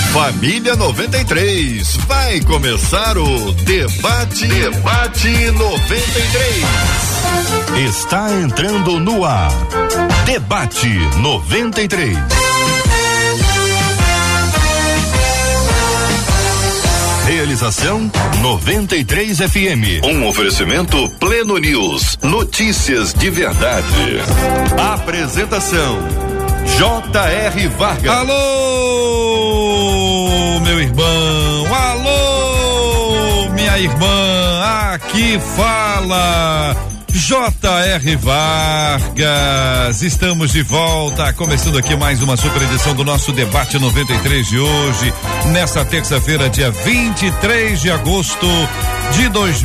Família 93, vai começar o Debate 93. Está entrando no ar. Debate 93. Realização 93 FM. Um oferecimento Pleno News. Notícias de verdade. Apresentação J.R. Vargas. Alô, meu irmão. Alô, minha irmã. Aqui fala J.R. Vargas. Estamos de volta, começando aqui mais uma super edição do nosso Debate 93 de hoje, nesta terça-feira, dia 23 de agosto de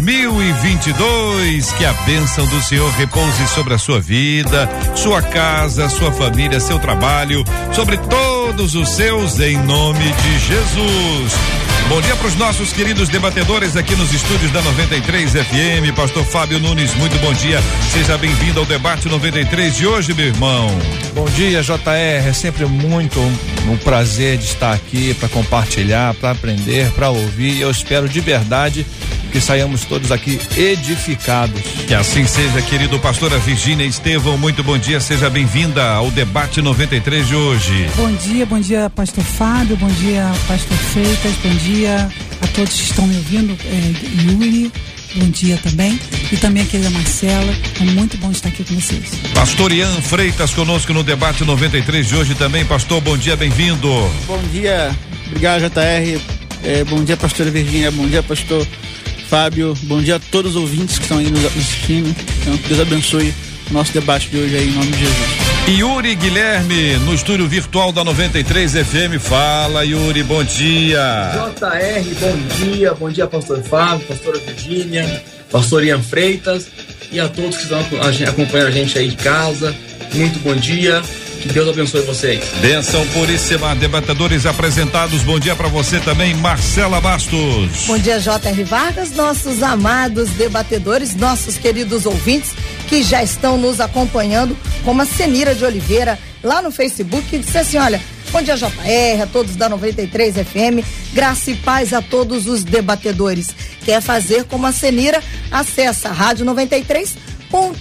2022. Que a bênção do Senhor repouse sobre a sua vida, sua casa, sua família, seu trabalho, sobre todos os seus, em nome de Jesus. Bom dia para os nossos queridos debatedores aqui nos estúdios da 93 FM. Pastor Fábio Nunes, muito bom dia. Seja bem-vindo ao Debate 93 de hoje, meu irmão. Bom dia, JR. É sempre muito um prazer de estar aqui para compartilhar, para aprender, para ouvir. Eu espero de verdade que saiamos todos aqui edificados. Que assim seja, querido. Pastora Virgínia Estevão, muito bom dia. Seja bem-vinda ao Debate 93 de hoje. Bom dia, pastor Fábio. Bom dia, pastor Freitas. Bom dia a todos que estão me ouvindo, Yuri, bom dia também, e também a querida Marcela, é muito bom estar aqui com vocês. Pastor Ian Freitas conosco no Debate 93 de hoje também. Pastor, bom dia, bem-vindo. Bom dia, obrigado, JR, bom dia, pastora Virgínia, bom dia, pastor Fábio, bom dia a todos os ouvintes que estão aí nos assistindo. Então, que Deus abençoe o nosso debate de hoje aí, em nome de Jesus. Yuri Guilherme, no estúdio virtual da 93 FM. Fala, Yuri, bom dia. JR, bom dia, pastor Fábio, pastora Virgínia, pastor Ian Freitas e a todos que estão acompanhando a gente aí de casa. Muito bom dia. Que Deus abençoe vocês. Bênção puríssima. Debatedores apresentados, bom dia pra você também, Marcela Bastos. Bom dia, J.R. Vargas, nossos amados debatedores, nossos queridos ouvintes que já estão nos acompanhando, como a Senira de Oliveira, lá no Facebook, que disse assim, olha, bom dia, JR, a todos da 93 FM, graça e paz a todos os debatedores. Quer fazer como a Senira? Acessa a Rádio 93.3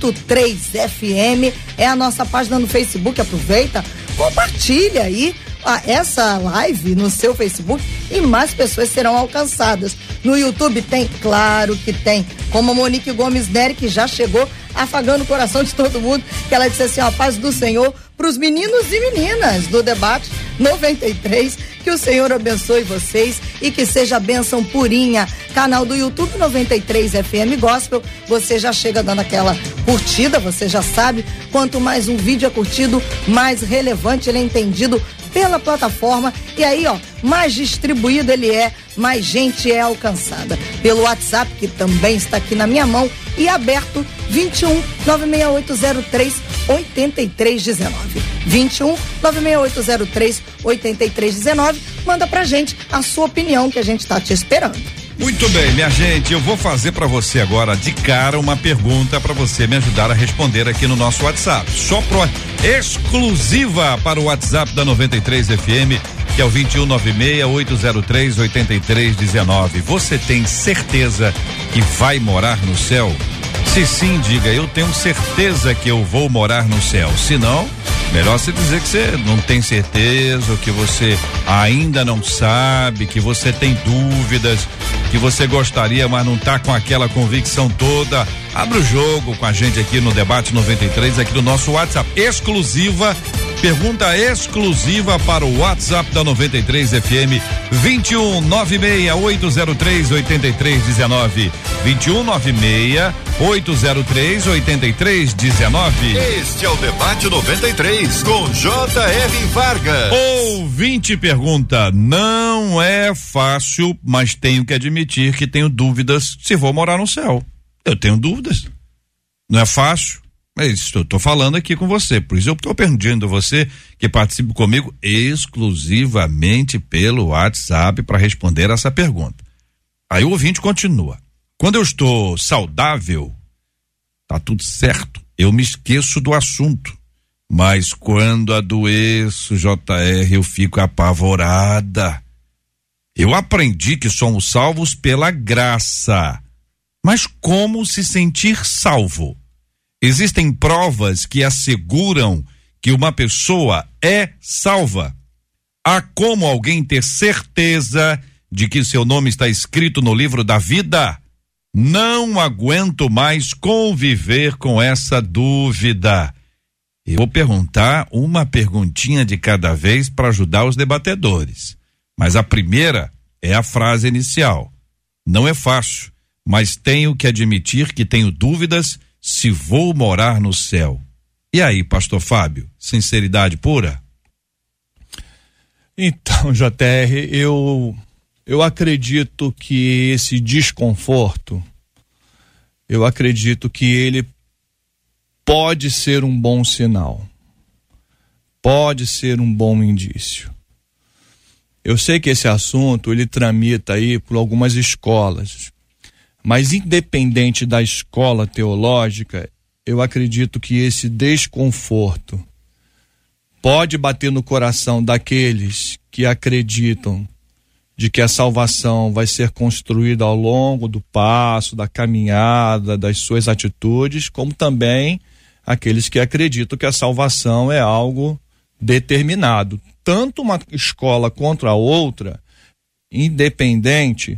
FM, é a nossa página no Facebook. Aproveita, compartilha aí essa live no seu Facebook e mais pessoas serão alcançadas. No YouTube tem, claro que tem, como a Monique Gomes Nery, que já chegou afagando o coração de todo mundo, que ela disse assim, a paz do Senhor para os meninos e meninas do Debate 93, que o Senhor abençoe vocês e que seja bênção purinha. Canal do YouTube 93 FM Gospel, você já chega dando aquela curtida, você já sabe, quanto mais um vídeo é curtido, mais relevante ele é entendido pela plataforma, e aí, ó, mais distribuído ele é, mais gente é alcançada. Pelo WhatsApp, que também está aqui na minha mão e aberto, 21 96803 8319. 21 96803 8319. Manda pra gente a sua opinião, que a gente tá te esperando. Muito bem, minha gente, eu vou fazer pra você agora de cara uma pergunta pra você me ajudar a responder aqui no nosso WhatsApp. Só exclusiva para o WhatsApp da 93 FM, que é o 2196-803-8319. Você tem certeza que vai morar no céu? Se sim, diga, eu tenho certeza que eu vou morar no céu. Se não, melhor você dizer que você não tem certeza, ou que você ainda não sabe, que você tem dúvidas, que você gostaria, mas não tá com aquela convicção toda. Abre o jogo com a gente aqui no Debate 93, aqui no nosso WhatsApp. Exclusiva, pergunta exclusiva para o WhatsApp da 93 FM, 21 96803 8319. 21 96803-8319. Este é o Debate 93 com J.R. Vargas. Ouvinte pergunta: não é fácil, mas tenho que admitir que tenho dúvidas se vou morar no céu. Eu tenho dúvidas. Não é fácil, mas estou falando aqui com você. Por isso eu estou pedindo a você que participe comigo exclusivamente pelo WhatsApp para responder essa pergunta. Aí o ouvinte continua: quando eu estou saudável, tá tudo certo, eu me esqueço do assunto. Mas quando adoeço, JR, eu fico apavorada. Eu aprendi que somos salvos pela graça. Mas como se sentir salvo? Existem provas que asseguram que uma pessoa é salva. Há como alguém ter certeza de que seu nome está escrito no livro da vida? Não aguento mais conviver com essa dúvida. Eu vou perguntar uma perguntinha de cada vez para ajudar os debatedores. Mas a primeira é a frase inicial. Não é fácil, mas tenho que admitir que tenho dúvidas se vou morar no céu. E aí, pastor Fábio, sinceridade pura? Então, JR, eu acredito que esse desconforto, eu acredito que ele pode ser um bom sinal, pode ser um bom indício. Eu sei que esse assunto, ele tramita aí por algumas escolas, mas independente da escola teológica, eu acredito que esse desconforto pode bater no coração daqueles que acreditam de que a salvação vai ser construída ao longo do passo, da caminhada, das suas atitudes, como também aqueles que acreditam que a salvação é algo determinado. Tanto uma escola contra a outra, independente,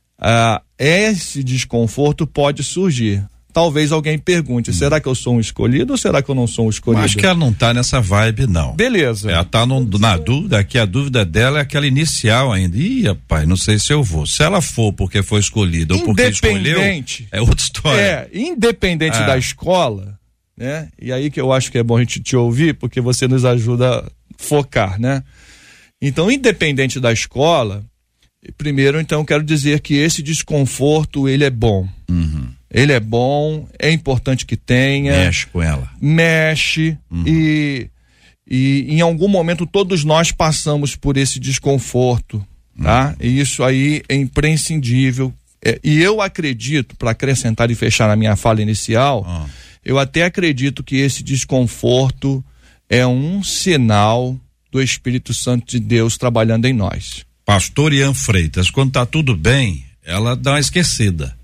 esse desconforto pode surgir. Talvez alguém pergunte, será que eu sou um escolhido ou será que eu não sou um escolhido? Acho que ela não tá nessa vibe, não. Beleza. Ela tá na dúvida, que a dúvida dela é aquela inicial ainda. Ih, rapaz, não sei se eu vou. Se ela for porque foi escolhida ou porque escolheu, é outra história. Independente da escola, né? E aí que eu acho que é bom a gente te ouvir, porque você nos ajuda a focar, né? Então, independente da escola, primeiro, então, quero dizer que esse desconforto, ele é bom. Uhum. Ele é bom, é importante que tenha. Mexe com ela. Mexe. Uhum. E em algum momento todos nós passamos por esse desconforto, tá? E isso aí é imprescindível. E eu acredito, para acrescentar e fechar na minha fala inicial, eu até acredito que esse desconforto é um sinal do Espírito Santo de Deus trabalhando em nós. Pastor Ian Freitas, quando tá tudo bem, ela dá uma esquecida.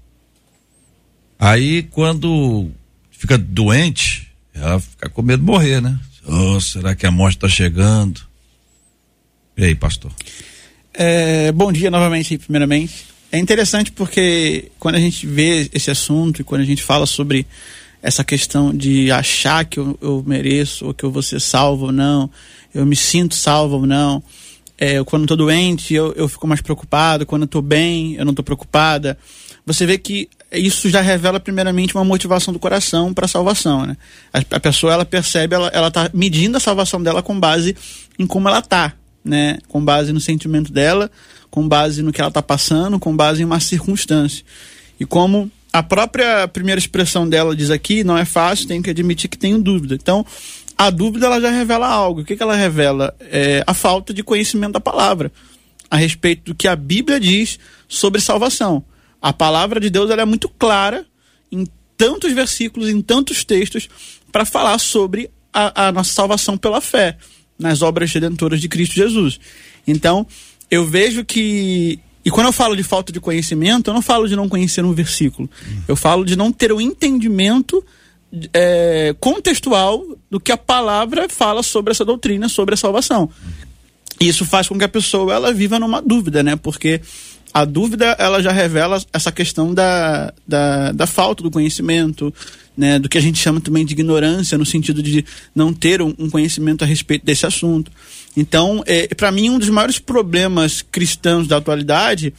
Aí, quando fica doente, ela fica com medo de morrer, né? Será que a morte está chegando? E aí, pastor? Bom dia novamente, primeiramente. É interessante porque quando a gente vê esse assunto e quando a gente fala sobre essa questão de achar que eu mereço, ou que eu vou ser salvo ou não, eu me sinto salvo ou não, quando eu tô doente, eu fico mais preocupado, quando eu tô bem, eu não tô preocupada. Você vê que isso já revela primeiramente uma motivação do coração para a salvação, né? A pessoa, ela percebe, ela tá medindo a salvação dela com base em como ela tá, né? Com base no sentimento dela, com base no que ela tá passando, com base em uma circunstância. E como a própria primeira expressão dela diz aqui, não é fácil, tenho que admitir que tenho dúvida. Então, a dúvida, ela já revela algo. O que ela revela? A falta de conhecimento da palavra a respeito do que a Bíblia diz sobre salvação. A palavra de Deus, ela é muito clara em tantos versículos, em tantos textos, para falar sobre a nossa salvação pela fé nas obras redentoras de Cristo Jesus. Então, eu vejo que... E quando eu falo de falta de conhecimento, eu não falo de não conhecer um versículo. Eu falo de não ter um entendimento contextual do que a palavra fala sobre essa doutrina, sobre a salvação. E isso faz com que a pessoa, ela viva numa dúvida, né? Porque a dúvida, ela já revela essa questão da falta do conhecimento, né? Do que a gente chama também de ignorância, no sentido de não ter um conhecimento a respeito desse assunto. Então, para mim, um dos maiores problemas cristãos da atualidade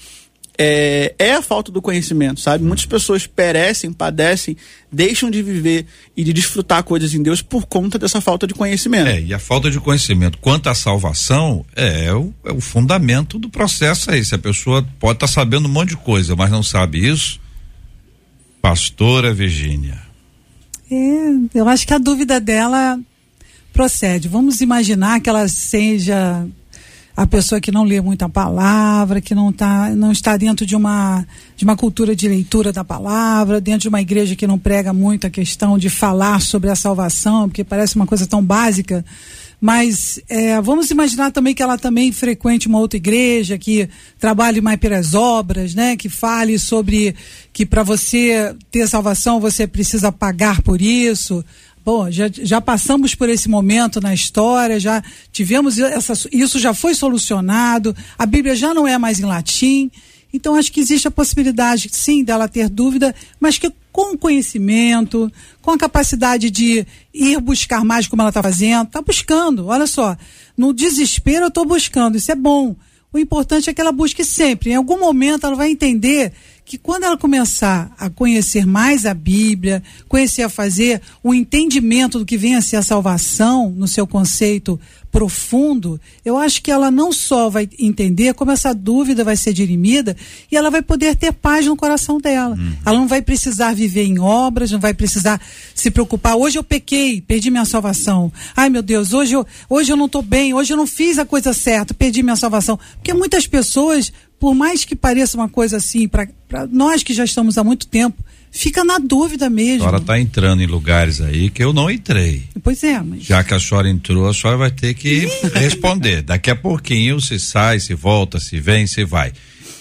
é a falta do conhecimento, sabe? Muitas pessoas perecem, padecem, deixam de viver e de desfrutar coisas em Deus por conta dessa falta de conhecimento. E a falta de conhecimento quanto à salvação é o fundamento do processo aí. Se a pessoa pode estar sabendo um monte de coisa, mas não sabe isso, pastora Virgínia. Eu acho que a dúvida dela procede. Vamos imaginar que ela seja a pessoa que não lê muito a palavra, que não está dentro de uma cultura de leitura da palavra, dentro de uma igreja que não prega muito a questão de falar sobre a salvação, porque parece uma coisa tão básica, Mas vamos imaginar também que ela também frequente uma outra igreja, que trabalhe mais pelas obras, né? Que fale sobre que para você ter salvação você precisa pagar por isso. Bom, já passamos por esse momento na história, já tivemos isso já foi solucionado, a Bíblia já não é mais em latim. Então acho que existe a possibilidade, sim, dela ter dúvida, mas que com conhecimento, com a capacidade de ir buscar mais como ela está fazendo, está buscando, olha só, no desespero eu estou buscando, isso é bom. O importante é que ela busque sempre. Em algum momento ela vai entender que quando ela começar a conhecer mais a Bíblia, conhecer a fazer o entendimento do que vem a ser a salvação no seu conceito profundo, eu acho que ela não só vai entender, como essa dúvida vai ser dirimida e ela vai poder ter paz no coração dela. Ela não vai precisar viver em obras, não vai precisar se preocupar. Hoje eu pequei, perdi minha salvação. Ai meu Deus, hoje eu não estou bem, hoje eu não fiz a coisa certa, perdi minha salvação. Porque muitas pessoas, por mais que pareça uma coisa assim, para nós que já estamos há muito tempo, fica na dúvida mesmo. A senhora está entrando em lugares aí que eu não entrei. Pois é, mas... Já que a senhora entrou, a senhora vai ter que responder. Daqui a pouquinho se sai, se volta, se vem, se vai.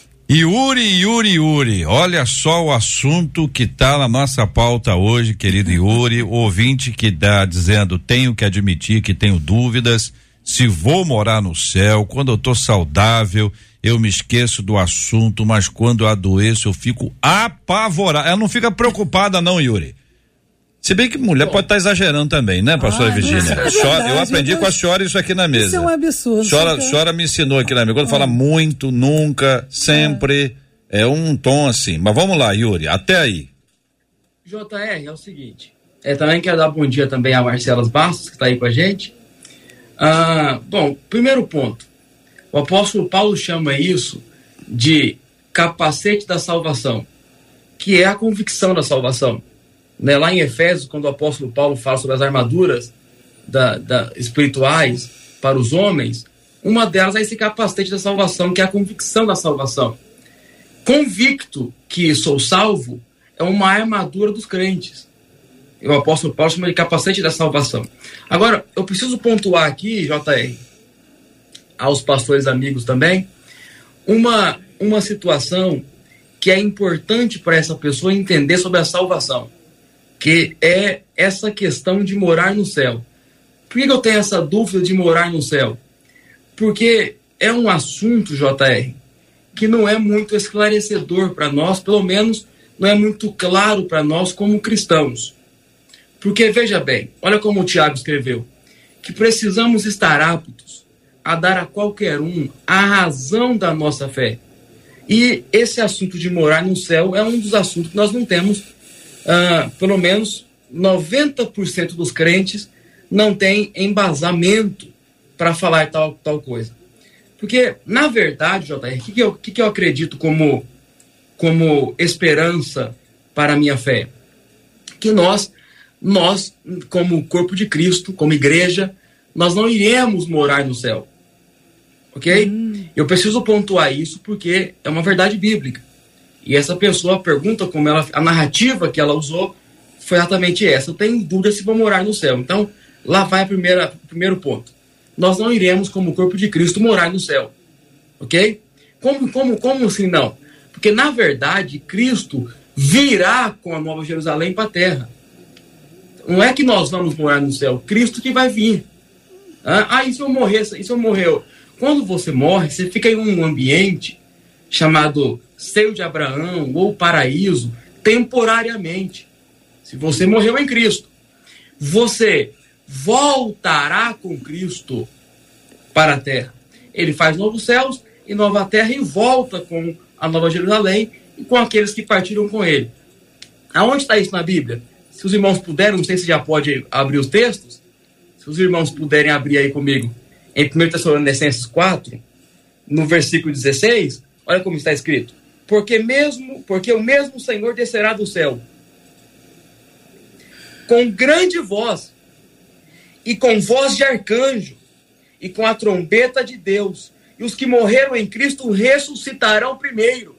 Yuri, olha só o assunto que está na nossa pauta hoje, querido Yuri, o ouvinte que está dizendo, tenho que admitir que tenho dúvidas, se vou morar no céu, quando eu estou saudável, eu me esqueço do assunto, mas quando eu adoeço eu fico apavorado. Ela não fica preocupada não, Yuri. Se bem que mulher pode estar exagerando também, né, pastora Virgínia? Eu aprendi com a senhora isso aqui na mesa. Isso é um absurdo. A senhora me ensinou aqui na mesa. Quando fala muito, nunca, sempre, é um tom assim. Mas vamos lá, Yuri, até aí. JR, é o seguinte, também quero dar bom dia também a Marcelas Bastos, que está aí com a gente. Bom, primeiro ponto, o apóstolo Paulo chama isso de capacete da salvação, que é a convicção da salvação. Né? Lá em Efésios, quando o apóstolo Paulo fala sobre as armaduras espirituais para os homens, uma delas é esse capacete da salvação, que é a convicção da salvação. Convicto que sou salvo é uma armadura dos crentes. O apóstolo Paulo chama de capacete da salvação. Agora, eu preciso pontuar aqui, JR, aos pastores amigos também, uma situação que é importante para essa pessoa entender sobre a salvação, que é essa questão de morar no céu. Por que eu tenho essa dúvida de morar no céu? Porque é um assunto, JR, que não é muito esclarecedor para nós, pelo menos não é muito claro para nós como cristãos. Porque, veja bem, olha como o Tiago escreveu, que precisamos estar aptos a dar a qualquer um a razão da nossa fé. E esse assunto de morar no céu é um dos assuntos que nós não temos, pelo menos 90% dos crentes não tem embasamento para falar tal coisa. Porque, na verdade, JR, o que eu acredito como esperança para a minha fé? Que nós, como corpo de Cristo, como igreja, nós não iremos morar no céu. Ok? Eu preciso pontuar isso porque é uma verdade bíblica. E essa pessoa pergunta como a narrativa que ela usou foi exatamente essa. Eu tenho dúvida se vou morar no céu. Então, lá vai o primeiro ponto. Nós não iremos, como corpo de Cristo, morar no céu. Ok? Como assim não? Porque, na verdade, Cristo virá com a Nova Jerusalém para a terra. Não é que nós vamos morar no céu, Cristo que vai vir. E se eu morrer? Se eu morrer? Quando você morre, você fica em um ambiente chamado seio de Abraão ou paraíso, temporariamente. Se você morreu em Cristo, você voltará com Cristo para a terra. Ele faz novos céus e nova terra e volta com a Nova Jerusalém e com aqueles que partiram com ele. Aonde está isso na Bíblia? Se os irmãos puderem, não sei se já pode abrir os textos, se os irmãos puderem abrir aí comigo, em 1 Tessalonicenses 4, no versículo 16, olha como está escrito. Porque o mesmo Senhor descerá do céu com grande voz e com voz de arcanjo e com a trombeta de Deus, e os que morreram em Cristo ressuscitarão primeiro.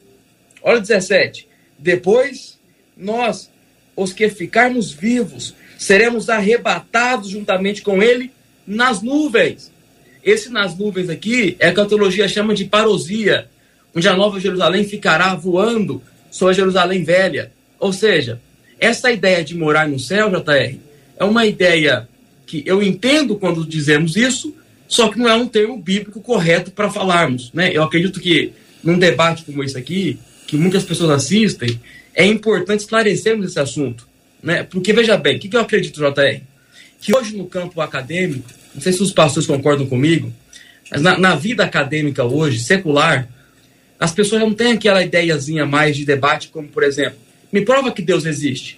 Olha o 17. Depois, nós, os que ficarmos vivos, seremos arrebatados juntamente com ele nas nuvens. Esse nas nuvens aqui é que a teologia chama de parousia, onde a Nova Jerusalém ficará voando sobre a Jerusalém velha. Ou seja, essa ideia de morar no céu, JR, é uma ideia que eu entendo quando dizemos isso, só que não é um termo bíblico correto para falarmos, né? Eu acredito que num debate como esse aqui, que muitas pessoas assistem, é importante esclarecermos esse assunto, né? Porque, veja bem, o que eu acredito, JR? Que hoje no campo acadêmico, não sei se os pastores concordam comigo, mas na vida acadêmica hoje, secular, as pessoas não têm aquela ideiazinha mais de debate, como, por exemplo, me prova que Deus existe.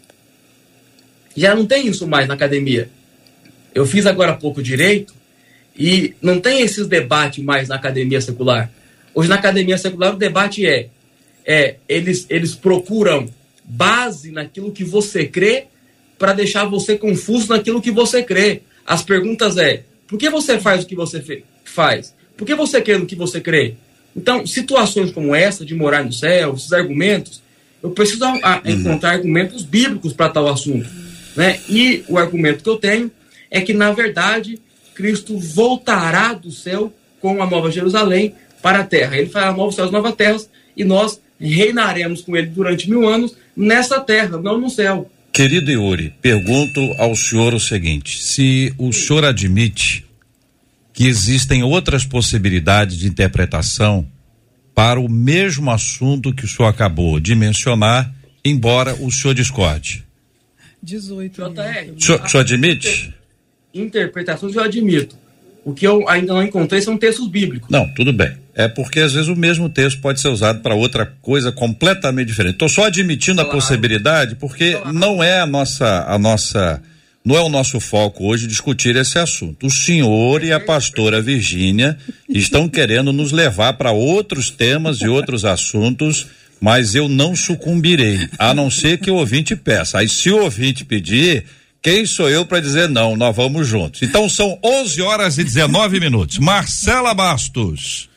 Já não tem isso mais na academia. Eu fiz agora há pouco direito e não tem esses debates mais na academia secular. Hoje na academia secular o debate eles procuram base naquilo que você crê para deixar você confuso naquilo que você crê. As perguntas por que você faz o que você faz? Por que você crê no que você crê? Então, situações como essa de morar no céu, esses argumentos, eu preciso encontrar argumentos bíblicos para tal assunto, né? E o argumento que eu tenho é que, na verdade, Cristo voltará do céu com a Nova Jerusalém para a terra. Ele fará novos céus, novas terras, e nós reinaremos com ele durante 1000 anos nessa terra, não no céu. Querido Yuri, pergunto ao senhor o seguinte: se o senhor admite que existem outras possibilidades de interpretação para o mesmo assunto que o senhor acabou de mencionar, embora o senhor discorde? 18. O senhor admite? Interpretações eu admito. O que eu ainda não encontrei são textos bíblicos. Não, tudo bem. É porque às vezes o mesmo texto pode ser usado para outra coisa completamente diferente. Estou só admitindo a possibilidade, porque não é não é o nosso foco hoje discutir esse assunto. O senhor e a pastora Virgínia estão querendo nos levar para outros temas e outros assuntos, mas eu não sucumbirei, a não ser que o ouvinte peça. Aí se o ouvinte pedir, quem sou eu para dizer não? Nós vamos juntos. Então são 11h19. Marcela Bastos.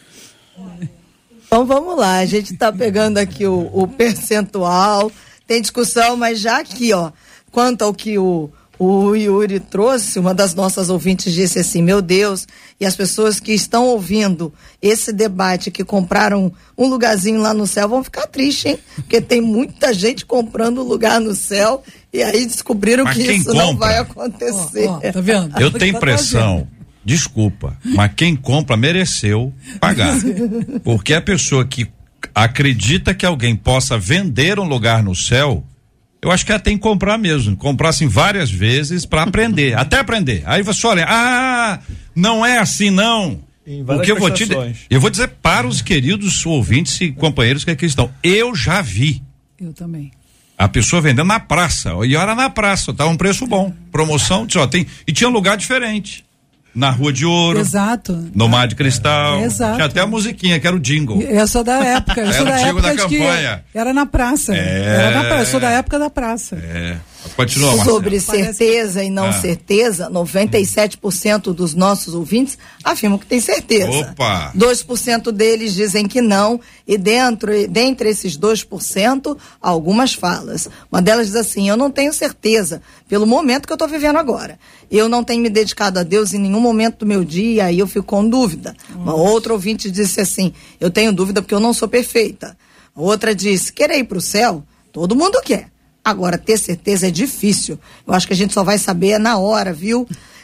Então vamos lá, a gente está pegando aqui o percentual, tem discussão, mas já aqui, quanto ao que o Yuri trouxe, uma das nossas ouvintes disse assim: meu Deus, e as pessoas que estão ouvindo esse debate, que compraram um lugarzinho lá no céu, vão ficar tristes, hein? Porque tem muita gente comprando lugar no céu e aí descobriram que isso não vai acontecer. Tá vendo? Eu tenho impressão, desculpa, mas quem compra mereceu pagar. Porque a pessoa que acredita que alguém possa vender um lugar no céu, eu acho que ela tem que comprar mesmo, comprar assim várias vezes para aprender, até aprender. Aí você olha, não é assim não. Porque eu vou dizer para os queridos ouvintes e companheiros que aqui estão, eu já vi. Eu também. A pessoa vendendo na praça, e era na praça, tá um preço bom, promoção, e tinha lugar diferente. Na Rua de Ouro. Exato. No Mar de Cristal. Exato. Tinha até a musiquinha, que era o jingle. Eu sou da época. Era o jingle da campanha. Era na praça. Era na praça. Eu sou da época da praça. Continua, Marcelo. Sobre certeza e não certeza, 97% dos nossos ouvintes afirmam que tem certeza. Opa! 2% deles dizem que não, e dentre esses 2%, algumas falas. Uma delas diz assim: eu não tenho certeza pelo momento que eu estou vivendo agora. Eu não tenho me dedicado a Deus em nenhum momento do meu dia, e aí eu fico com dúvida. Uma outra ouvinte disse assim: eu tenho dúvida porque eu não sou perfeita. A outra disse: querer ir para o céu, todo mundo quer. Agora, ter certeza é difícil. Eu acho que a gente só vai saber na hora, viu?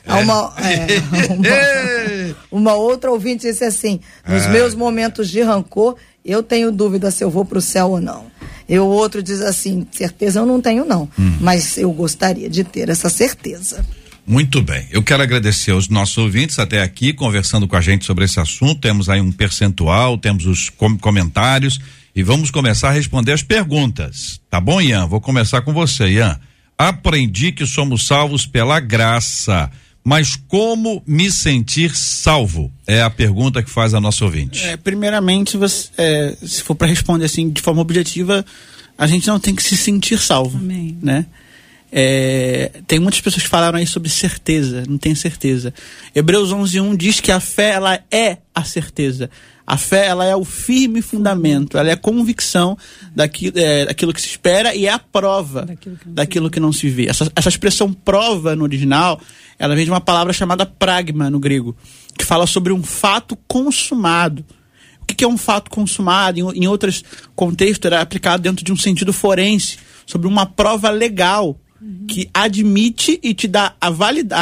Uma outra ouvinte disse assim: nos meus momentos de rancor, eu tenho dúvida se eu vou para o céu ou não. E o outro diz assim: certeza eu não tenho não, mas eu gostaria de ter essa certeza. Muito bem, eu quero agradecer aos nossos ouvintes até aqui, conversando com a gente sobre esse assunto. Temos aí um percentual, temos os comentários e vamos começar a responder as perguntas, tá bom, Ian? Vou começar com você, Ian. Aprendi que somos salvos pela graça, mas como me sentir salvo? É a pergunta que faz a nossa ouvinte. Primeiramente, se for para responder assim de forma objetiva, a gente não tem que se sentir salvo. Amém. Né? Tem muitas pessoas que falaram aí sobre certeza, não tem certeza. Hebreus 11:1 diz que a fé, ela é a certeza. A fé, ela é o firme fundamento, ela é a convicção daquilo que se espera e é a prova daquilo que não se vê. Essa expressão prova no original, ela vem de uma palavra chamada pragma no grego, que fala sobre um fato consumado. O que é um fato consumado? Em outros contextos era aplicado dentro de um sentido forense, sobre uma prova legal que admite e te dá a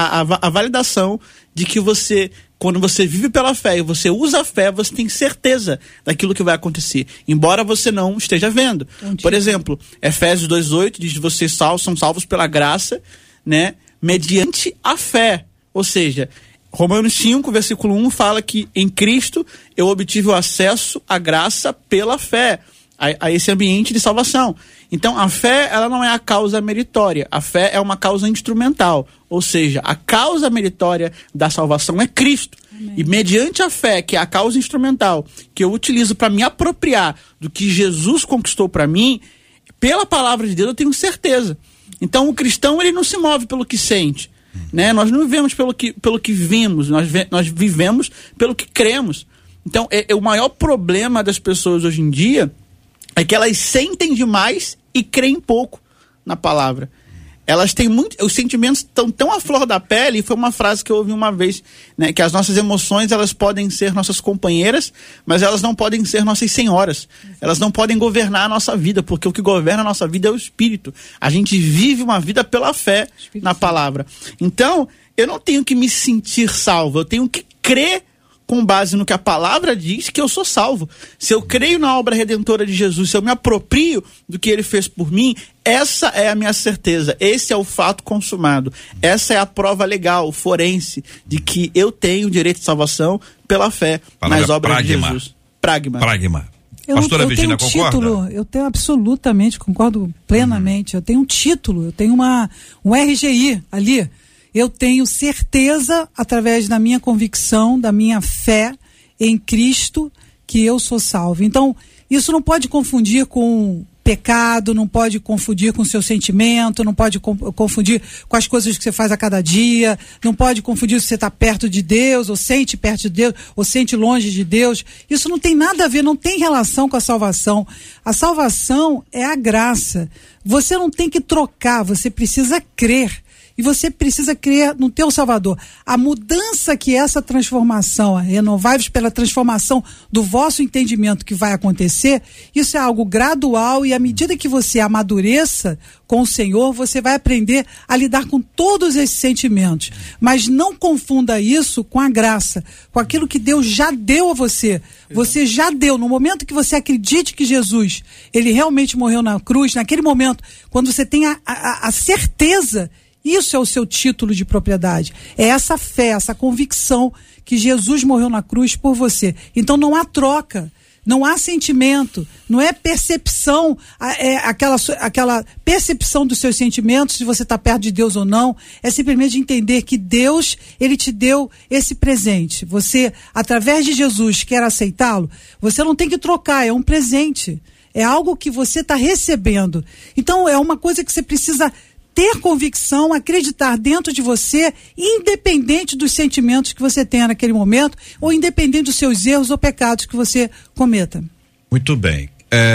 validação de que você, quando você vive pela fé e você usa a fé, você tem certeza daquilo que vai acontecer, embora você não esteja vendo. Por exemplo, Efésios 2:8 diz que vocês são salvos pela graça, né, mediante a fé. Ou seja, Romanos 5, versículo 1 fala que em Cristo eu obtive o acesso à graça pela fé, a esse ambiente de salvação. Então a fé, ela não é a causa meritória, a fé é uma causa instrumental, ou seja, a causa meritória da salvação é Cristo. Amém. E mediante a fé, que é a causa instrumental, que eu utilizo para me apropriar do que Jesus conquistou para mim, pela palavra de Deus eu tenho certeza. Então o cristão, ele não se move pelo que sente, né? Nós não vivemos pelo que vimos, nós vivemos pelo que cremos. Então o maior problema das pessoas hoje em dia é que elas sentem demais e creem pouco na palavra. Elas têm os sentimentos estão tão à flor da pele, e foi uma frase que eu ouvi uma vez, né, que as nossas emoções, elas podem ser nossas companheiras, mas elas não podem ser nossas senhoras. Elas não podem governar a nossa vida, porque o que governa a nossa vida é o Espírito. A gente vive uma vida pela fé na palavra. Então, eu não tenho que me sentir salvo, eu tenho que crer com base no que a palavra diz, que eu sou salvo. Se eu creio na obra redentora de Jesus, se eu me aproprio do que ele fez por mim, essa é a minha certeza, esse é o fato consumado, essa é a prova legal, forense, de que eu tenho o direito de salvação pela fé nas obras de Jesus. Pragma. Pastora Virgínia, concorda? Eu tenho absolutamente, concordo plenamente. Eu tenho um título, eu tenho um RGI ali. Eu tenho certeza, através da minha convicção, da minha fé em Cristo, que eu sou salvo. Então, isso não pode confundir com pecado, não pode confundir com seu sentimento, não pode confundir com as coisas que você faz a cada dia, não pode confundir se você está perto de Deus, ou sente perto de Deus, ou sente longe de Deus. Isso não tem nada a ver, não tem relação com a salvação. A salvação é a graça. Você não tem que trocar, você precisa crer. E você precisa crer no teu Salvador. A mudança que essa transformação, renovai-vos pela transformação do vosso entendimento que vai acontecer, isso é algo gradual, e à medida que você amadureça com o Senhor, você vai aprender a lidar com todos esses sentimentos. Mas não confunda isso com a graça, com aquilo que Deus já deu a você. Você já deu. No momento que você acredite que Jesus, ele realmente morreu na cruz, naquele momento, quando você tem a certeza, isso é o seu título de propriedade. É essa fé, essa convicção que Jesus morreu na cruz por você. Então não há troca, não há sentimento, não é percepção, é aquela percepção dos seus sentimentos, se você está perto de Deus ou não. É simplesmente entender que Deus, ele te deu esse presente. Você, através de Jesus, quer aceitá-lo? Você não tem que trocar, é um presente. É algo que você está recebendo. Então é uma coisa que você precisa ter convicção, acreditar dentro de você, independente dos sentimentos que você tenha naquele momento, ou independente dos seus erros ou pecados que você cometa. Muito bem.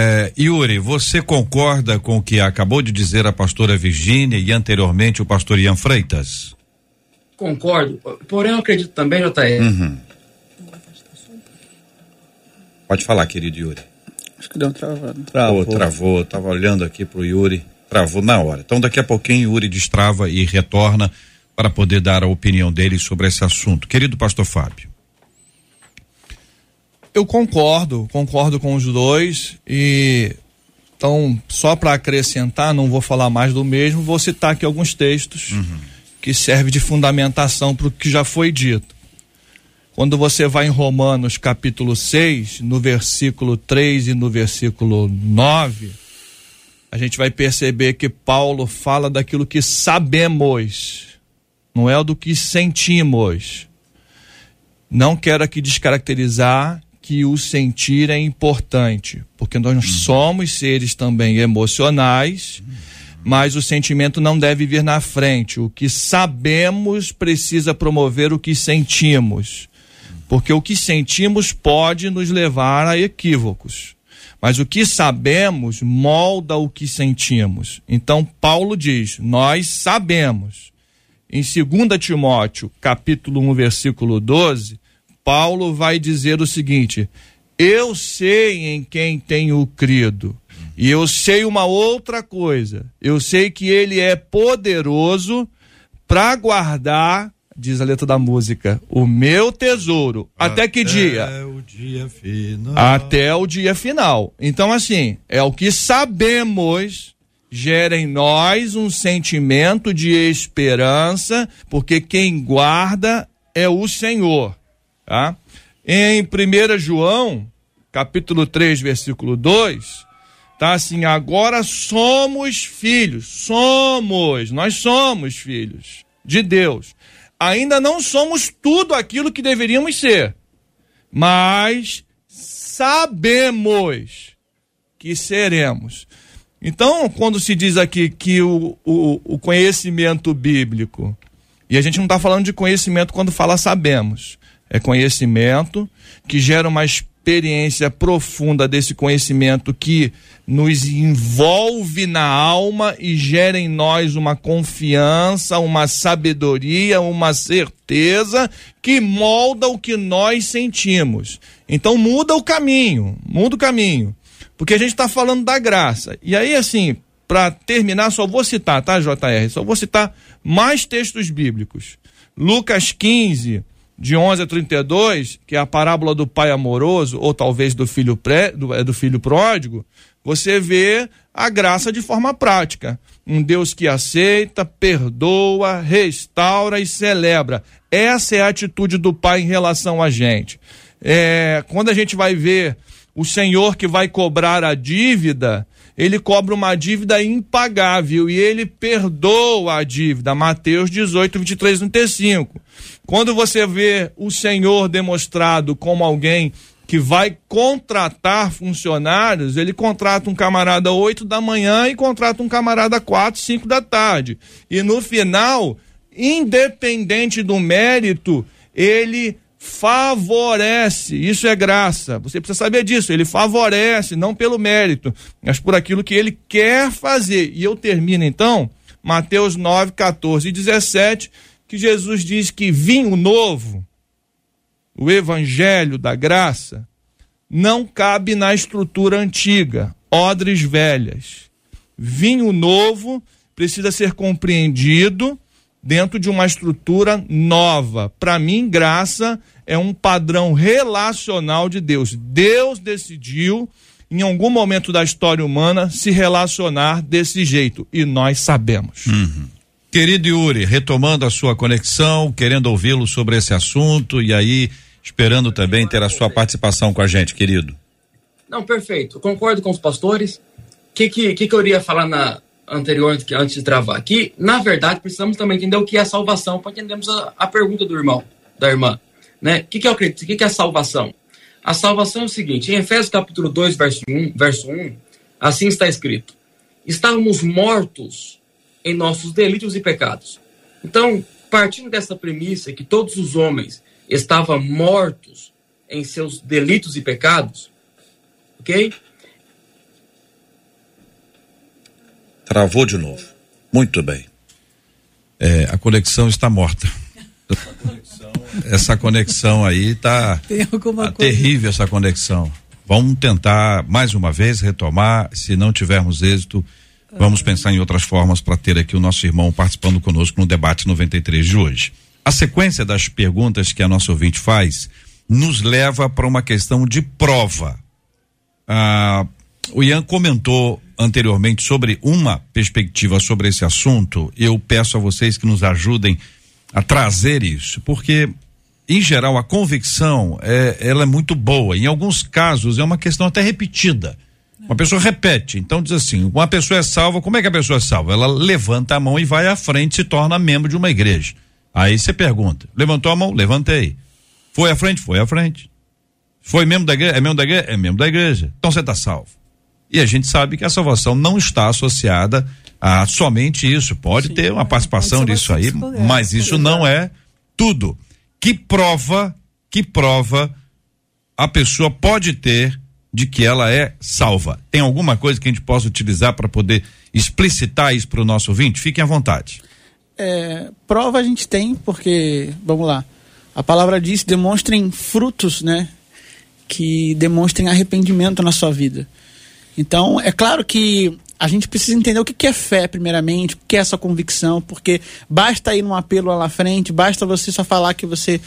Yuri, você concorda com o que acabou de dizer a pastora Virgínia e anteriormente o pastor Ian Freitas? Concordo, porém eu acredito também, JR. Pode falar, querido Yuri. Acho que deu um travado. Travou, tava olhando aqui pro Yuri. Travou na hora. Então daqui a pouquinho Yuri destrava e retorna para poder dar a opinião dele sobre esse assunto. Querido pastor Fábio. Eu concordo com os dois, e então, só para acrescentar, não vou falar mais do mesmo, vou citar aqui alguns textos que servem de fundamentação para o que já foi dito. Quando você vai em Romanos capítulo 6, no versículo 3 e no versículo 9, a gente vai perceber que Paulo fala daquilo que sabemos, não é o do que sentimos. Não quero aqui descaracterizar que o sentir é importante, porque nós somos seres também emocionais, mas o sentimento não deve vir na frente. O que sabemos precisa promover o que sentimos. porque o que sentimos pode nos levar a equívocos. Mas o que sabemos molda o que sentimos. Então Paulo diz, nós sabemos. Em 2 Timóteo, capítulo 1, versículo 12, Paulo vai dizer o seguinte: eu sei em quem tenho crido, e eu sei uma outra coisa, eu sei que ele é poderoso para guardar, diz a letra da música, o meu tesouro. Até que dia? Até o dia final. Até o dia final. Então, assim, é o que sabemos, gera em nós um sentimento de esperança, porque quem guarda é o Senhor. Tá? Em 1 João, capítulo 3, versículo 2, tá assim, agora somos filhos, nós somos filhos de Deus. Ainda não somos tudo aquilo que deveríamos ser, mas sabemos que seremos. Então, quando se diz aqui que o conhecimento bíblico, e a gente não está falando de conhecimento quando fala sabemos, é conhecimento que gera uma experiência profunda desse conhecimento que nos envolve na alma e gera em nós uma confiança, uma sabedoria, uma certeza que molda o que nós sentimos. Então muda o caminho, porque a gente está falando da graça. E aí, assim, para terminar, só vou citar, tá, JR? Só vou citar mais textos bíblicos. Lucas 15, de 11 a 32, que é a parábola do pai amoroso, ou talvez do filho pródigo, você vê a graça de forma prática. Um Deus que aceita, perdoa, restaura e celebra. Essa é a atitude do pai em relação a gente. Quando a gente vai ver o Senhor que vai cobrar a dívida, ele cobra uma dívida impagável e ele perdoa a dívida. Mateus 18, 23, 35. Quando você vê o Senhor demonstrado como alguém que vai contratar funcionários, ele contrata um camarada 8 da manhã e contrata um camarada 4, 5 da tarde. E no final, independente do mérito, ele favorece, isso é graça, você precisa saber disso, ele favorece, não pelo mérito, mas por aquilo que ele quer fazer. E eu termino então, Mateus 9, 14 e 17, que Jesus diz que vinho novo, o evangelho da graça, não cabe na estrutura antiga, odres velhas. Vinho novo precisa ser compreendido dentro de uma estrutura nova. Para mim, graça é um padrão relacional de Deus. Deus decidiu, em algum momento da história humana, se relacionar desse jeito, e nós sabemos. Querido Yuri, retomando a sua conexão, querendo ouvi-lo sobre esse assunto, e aí esperando também ter a sua participação com a gente, querido. Não, perfeito. Eu concordo com os pastores. O que eu iria falar anterior, antes de travar aqui? Na verdade, precisamos também entender o que é salvação, para entendermos a pergunta do irmão, da irmã. Né? O que eu acredito? O que é a salvação? A salvação é o seguinte, em Efésios capítulo 2, verso 1, assim está escrito: estávamos mortos em nossos delitos e pecados. Então, partindo dessa premissa que todos os homens estavam mortos em seus delitos e pecados, ok? Travou de novo. Muito bem. A conexão está morta. Essa conexão aí tá terrível, essa conexão. Vamos tentar mais uma vez retomar. Se não tivermos êxito, vamos pensar em outras formas para ter aqui o nosso irmão participando conosco no debate 93 de hoje. A sequência das perguntas que a nossa ouvinte faz nos leva para uma questão de prova. O Ian comentou anteriormente sobre uma perspectiva sobre esse assunto. Eu peço a vocês que nos ajudem a trazer isso, porque em geral a convicção ela é muito boa. Em alguns casos é uma questão até repetida. Uma pessoa repete, então diz assim: uma pessoa é salva, como é que a pessoa é salva? Ela levanta a mão e vai à frente, se torna membro de uma igreja. Aí você pergunta: levantou a mão? Levantei. Foi à frente? Foi à frente. Foi membro da igreja? É membro da igreja? É membro da igreja. Então você está salvo. E a gente sabe que a salvação não está associada a somente isso. Pode ter uma participação disso aí, mas isso não é tudo. Que prova que prova a pessoa pode ter de que ela é salva? Tem alguma coisa que a gente possa utilizar para poder explicitar isso para o nosso ouvinte? Fiquem à vontade. Prova a gente tem, porque, vamos lá, a palavra diz, demonstrem frutos, né? Que demonstrem arrependimento na sua vida. Então, é claro que a gente precisa entender o que é fé, primeiramente, o que é essa convicção, porque basta ir num apelo lá na frente, basta você só falar que você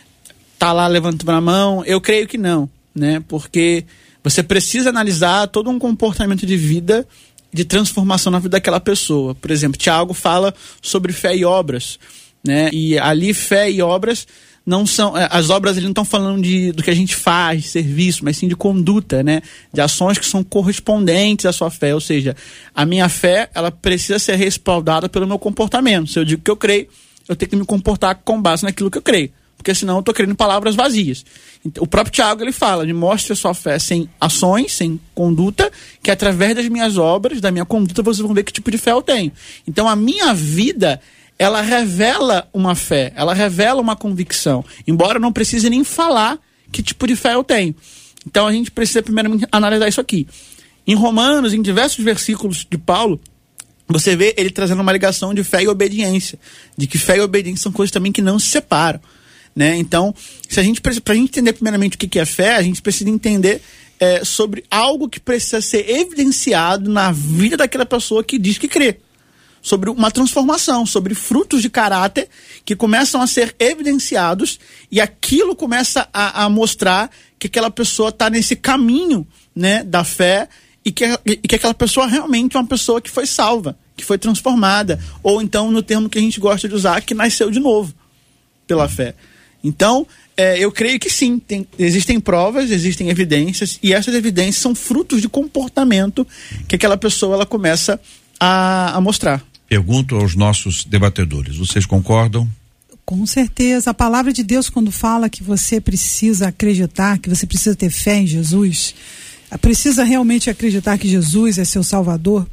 tá lá levantando a mão. Eu creio que não, né? Porque você precisa analisar todo um comportamento de vida, de transformação na vida daquela pessoa. Por exemplo, Tiago fala sobre fé e obras, né? E ali fé e obras não são, as obras eles não estão falando do que a gente faz, de serviço, mas sim de conduta, né? De ações que são correspondentes à sua fé. Ou seja, a minha fé, ela precisa ser respaldada pelo meu comportamento. Se eu digo que eu creio, eu tenho que me comportar com base naquilo que eu creio, porque senão eu estou crendo em palavras vazias. Então, o próprio Tiago, ele fala, ele mostra a sua fé sem ações, sem conduta, que através das minhas obras, da minha conduta, vocês vão ver que tipo de fé eu tenho. Então, a minha vida, ela revela uma fé, ela revela uma convicção, embora eu não precise nem falar que tipo de fé eu tenho. Então, a gente precisa primeiramente analisar isso aqui. Em Romanos, em diversos versículos de Paulo, você vê ele trazendo uma ligação de fé e obediência, de que fé e obediência são coisas também que não se separam. Né? Então, pra gente entender primeiramente o que é fé, a gente precisa entender sobre algo que precisa ser evidenciado na vida daquela pessoa que diz que crê. Sobre uma transformação, sobre frutos de caráter que começam a ser evidenciados e aquilo começa a mostrar que aquela pessoa está nesse caminho, né, da fé e que aquela pessoa realmente é uma pessoa que foi salva, que foi transformada, ou então no termo que a gente gosta de usar, que nasceu de novo pela fé. Então, eu creio que sim, existem provas, existem evidências, e essas evidências são frutos de comportamento que aquela pessoa ela começa a mostrar. Pergunto aos nossos debatedores, vocês concordam? Com certeza, a palavra de Deus, quando fala que você precisa acreditar, que você precisa ter fé em Jesus, precisa realmente acreditar que Jesus é seu Salvador,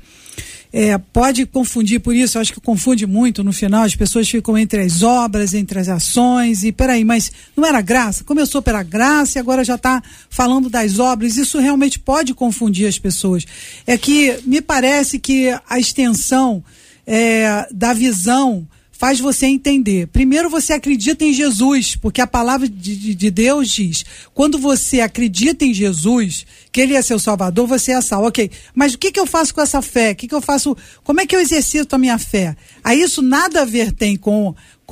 pode confundir, por isso, eu acho que confunde muito no final, as pessoas ficam entre as obras, entre as ações, e peraí, mas não era graça? Começou pela graça e agora já está falando das obras, isso realmente pode confundir as pessoas. É que me parece que a extensão da visão faz você entender. Primeiro você acredita em Jesus, porque a palavra de Deus diz, quando você acredita em Jesus, que Ele é seu Salvador, você é salvo. Ok, mas o que eu faço com essa fé? Como é que eu exercito a minha fé? Aí isso nada a ver tem com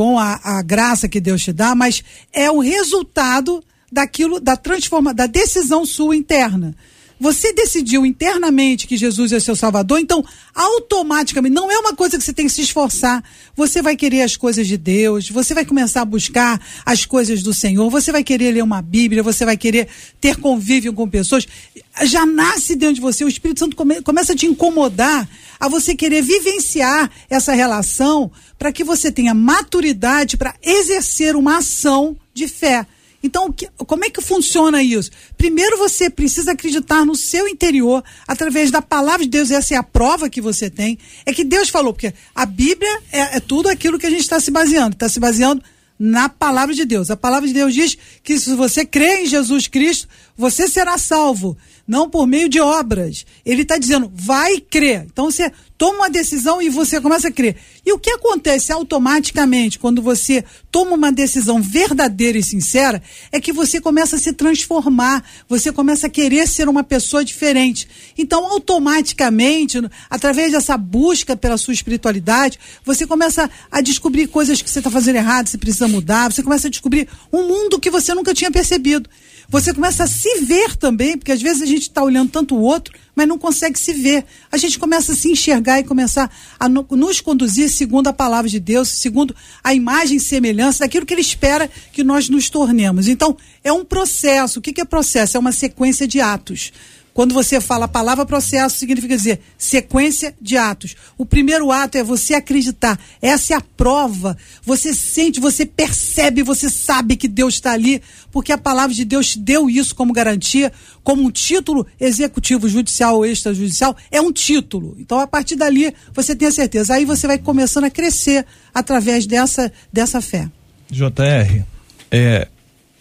a graça que Deus te dá, mas é o resultado daquilo, da decisão sua interna. Você decidiu internamente que Jesus é seu Salvador, então automaticamente, não é uma coisa que você tem que se esforçar, você vai querer as coisas de Deus, você vai começar a buscar as coisas do Senhor, você vai querer ler uma Bíblia, você vai querer ter convívio com pessoas, já nasce dentro de você, o Espírito Santo começa a te incomodar, a você querer vivenciar essa relação, para que você tenha maturidade para exercer uma ação de fé. Então, como é que funciona isso? Primeiro você precisa acreditar no seu interior, através da palavra de Deus, essa é a prova que você tem, é que Deus falou, porque a Bíblia é tudo aquilo que a gente está se baseando na palavra de Deus. A palavra de Deus diz que se você crê em Jesus Cristo, você será salvo, não por meio de obras. Ele está dizendo, vai crer. Então você toma uma decisão e você começa a crer. E o que acontece automaticamente quando você toma uma decisão verdadeira e sincera é que você começa a se transformar, você começa a querer ser uma pessoa diferente. Então automaticamente, através dessa busca pela sua espiritualidade, você começa a descobrir coisas que você está fazendo errado, você precisa mudar, você começa a descobrir um mundo que você nunca tinha percebido. Você começa a se ver também, porque às vezes a gente está olhando tanto o outro, mas não consegue se ver. A gente começa a se enxergar e começar a nos conduzir segundo a palavra de Deus, segundo a imagem e semelhança daquilo que Ele espera que nós nos tornemos. Então, é um processo. O que é processo? É uma sequência de atos. Quando você fala a palavra processo, significa dizer sequência de atos. O primeiro ato é você acreditar. Essa é a prova. Você sente, você percebe, você sabe que Deus está ali, porque a palavra de Deus te deu isso como garantia, como um título executivo, judicial ou extrajudicial, é um título. Então, a partir dali, você tem a certeza. Aí você vai começando a crescer através dessa fé. JR,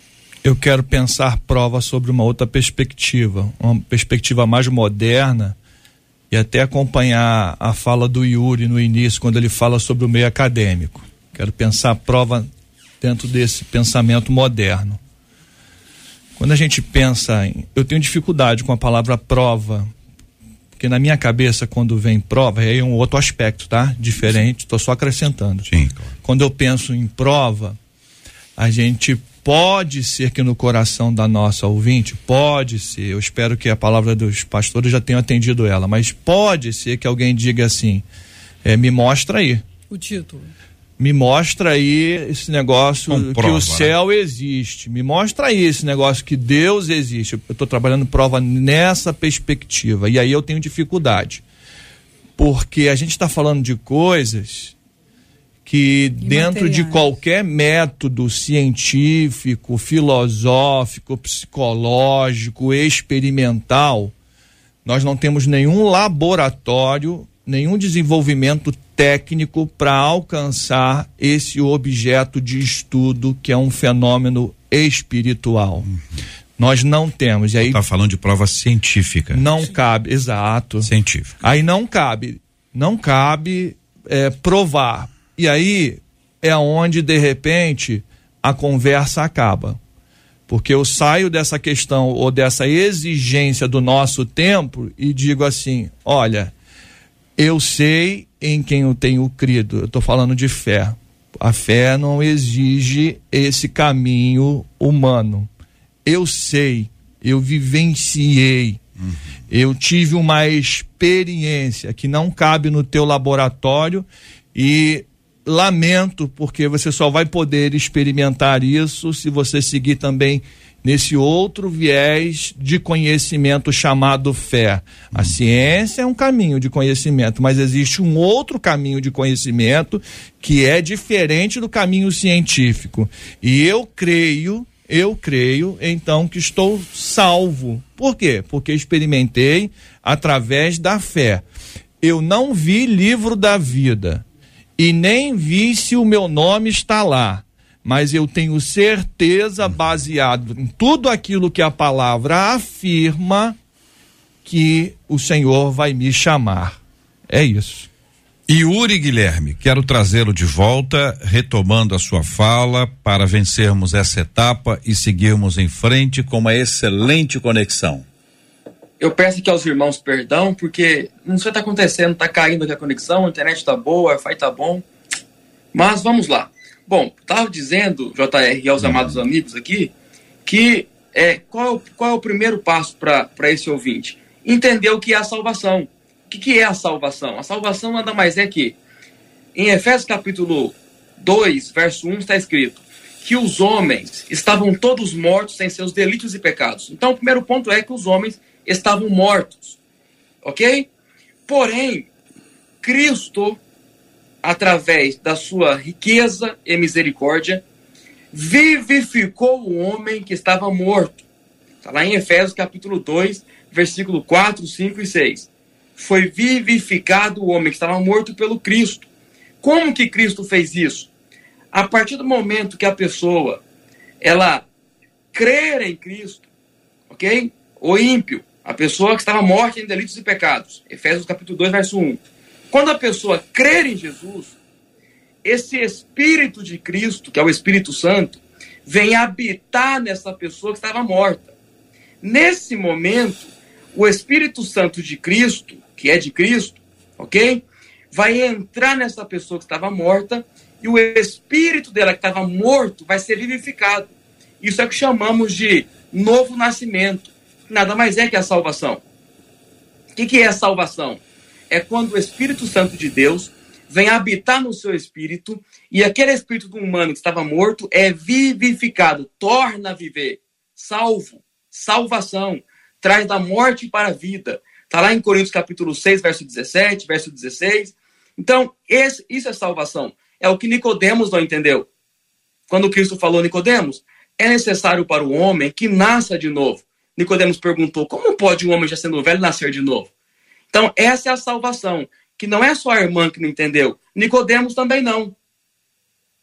eu quero pensar prova sobre uma outra perspectiva, uma perspectiva mais moderna, e até acompanhar a fala do Yuri no início, quando ele fala sobre o meio acadêmico. Quero pensar prova dentro desse pensamento moderno. Quando a gente pensa eu tenho dificuldade com a palavra prova, porque na minha cabeça, quando vem prova, aí é um outro aspecto, tá? Diferente, estou só acrescentando. Sim, claro. Quando eu penso em prova, a gente pode ser que no coração da nossa ouvinte, pode ser, eu espero que a palavra dos pastores já tenha atendido ela, mas pode ser que alguém diga assim, me mostra aí. O título. Me mostra aí esse negócio Comprova, que o céu existe. Me mostra aí esse negócio que Deus existe. Eu estou trabalhando prova nessa perspectiva. E aí eu tenho dificuldade. Porque a gente está falando de coisas que dentro de qualquer método científico, filosófico, psicológico, experimental, nós não temos nenhum laboratório, nenhum desenvolvimento técnico para alcançar esse objeto de estudo que é um fenômeno espiritual. Nós não temos. E aí está falando de prova científica. Não cabe, exato. Científica. Aí não cabe provar. E aí é onde de repente a conversa acaba. Porque eu saio dessa questão ou dessa exigência do nosso tempo e digo assim, olha, eu sei em quem eu tenho crido. Eu estou falando de fé. A fé não exige esse caminho humano. Eu sei, eu vivenciei, eu tive uma experiência que não cabe no teu laboratório e lamento porque você só vai poder experimentar isso se você seguir também nesse outro viés de conhecimento chamado fé. A ciência é um caminho de conhecimento, mas existe um outro caminho de conhecimento que é diferente do caminho científico. E eu creio, então, que estou salvo. Por quê? Porque experimentei através da fé. Eu não vi livro da vida e nem vi se o meu nome está lá. Mas eu tenho certeza, baseado em tudo aquilo que a palavra afirma, que o Senhor vai me chamar. É isso. Yuri Guilherme, quero trazê-lo de volta, retomando a sua fala, para vencermos essa etapa e seguirmos em frente com uma excelente conexão. Eu peço aqui aos irmãos perdão, porque não sei o que está acontecendo, está caindo aqui a conexão, a internet está boa, o Wi-Fi está bom, mas vamos lá. Bom, estava dizendo, JR, e aos amados amigos aqui, que qual é o primeiro passo para esse ouvinte? Entender o que é a salvação. O que é a salvação? A salvação nada mais é que, em Efésios capítulo 2, verso 1, está escrito que os homens estavam todos mortos em seus delitos e pecados. Então, o primeiro ponto é que os homens estavam mortos, ok? Porém, Cristo, através da sua riqueza e misericórdia, vivificou o homem que estava morto. Está lá em Efésios capítulo 2, versículo 4, 5 e 6. Foi vivificado o homem que estava morto pelo Cristo. Como que Cristo fez isso? A partir do momento que a pessoa, ela crer em Cristo, ok? O ímpio, a pessoa que estava morta em delitos e pecados. Efésios capítulo 2, verso 1. Quando a pessoa crer em Jesus, esse Espírito de Cristo, que é o Espírito Santo, vem habitar nessa pessoa que estava morta. Nesse momento, o Espírito Santo de Cristo, que é de Cristo, ok? Vai entrar nessa pessoa que estava morta e o espírito dela que estava morto vai ser vivificado. Isso é o que chamamos de novo nascimento. Nada mais é que a salvação. O que é a salvação? É quando o Espírito Santo de Deus vem habitar no seu espírito e aquele espírito do humano que estava morto é vivificado, torna a viver. Salvo, salvação, traz da morte para a vida. Está lá em Coríntios capítulo 6, verso 17, verso 16. Então, isso é salvação. É o que Nicodemos não entendeu. Quando Cristo falou, Nicodemos, é necessário para o homem que nasça de novo. Nicodemos perguntou, como pode um homem já sendo velho nascer de novo? Então, essa é a salvação, que não é só a irmã que não entendeu. Nicodemos também não.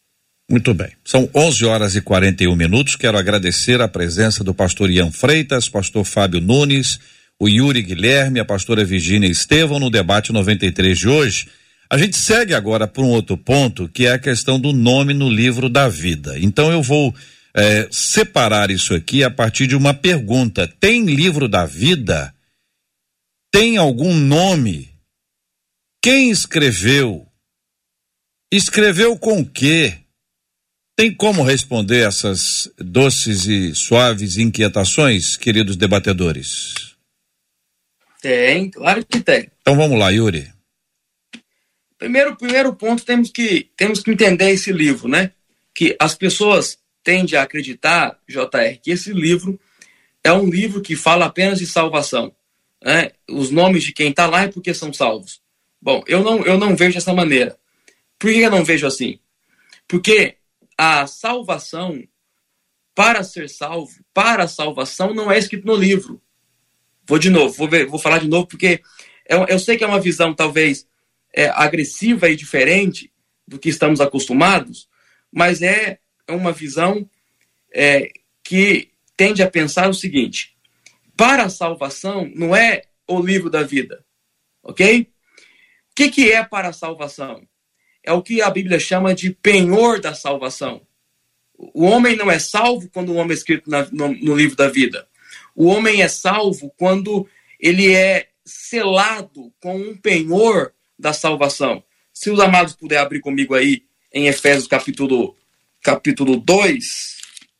Muito bem. São 11h41. Quero agradecer a presença do pastor Ian Freitas, pastor Fábio Nunes, o Yuri Guilherme, a pastora Virgínia Estevão no debate 93 de hoje. A gente segue agora para um outro ponto, que é a questão do nome no livro da vida. Então eu vou separar isso aqui a partir de uma pergunta. Tem livro da vida? Tem algum nome? Quem escreveu? Escreveu com o quê? Tem como responder essas doces e suaves inquietações, queridos debatedores? Tem, claro que tem. Então vamos lá, Yuri. Primeiro ponto, temos que entender esse livro, né? Que as pessoas tendem a acreditar, JR, que esse livro é um livro que fala apenas de salvação, né? Os nomes de quem está lá é porque são salvos. Bom, eu não vejo dessa maneira. Por que eu não vejo assim? Porque a salvação, para ser salvo, para a salvação, não é escrito no livro. Vou falar de novo, porque eu sei que é uma visão talvez agressiva e diferente do que estamos acostumados, mas é uma visão que tende a pensar o seguinte: para a salvação não é o livro da vida, ok? O que é para a salvação? É o que a Bíblia chama de penhor da salvação. O homem não é salvo quando o homem é escrito no livro da vida. O homem é salvo quando ele é selado com um penhor da salvação. Se os amados puderem abrir comigo aí em Efésios capítulo 2,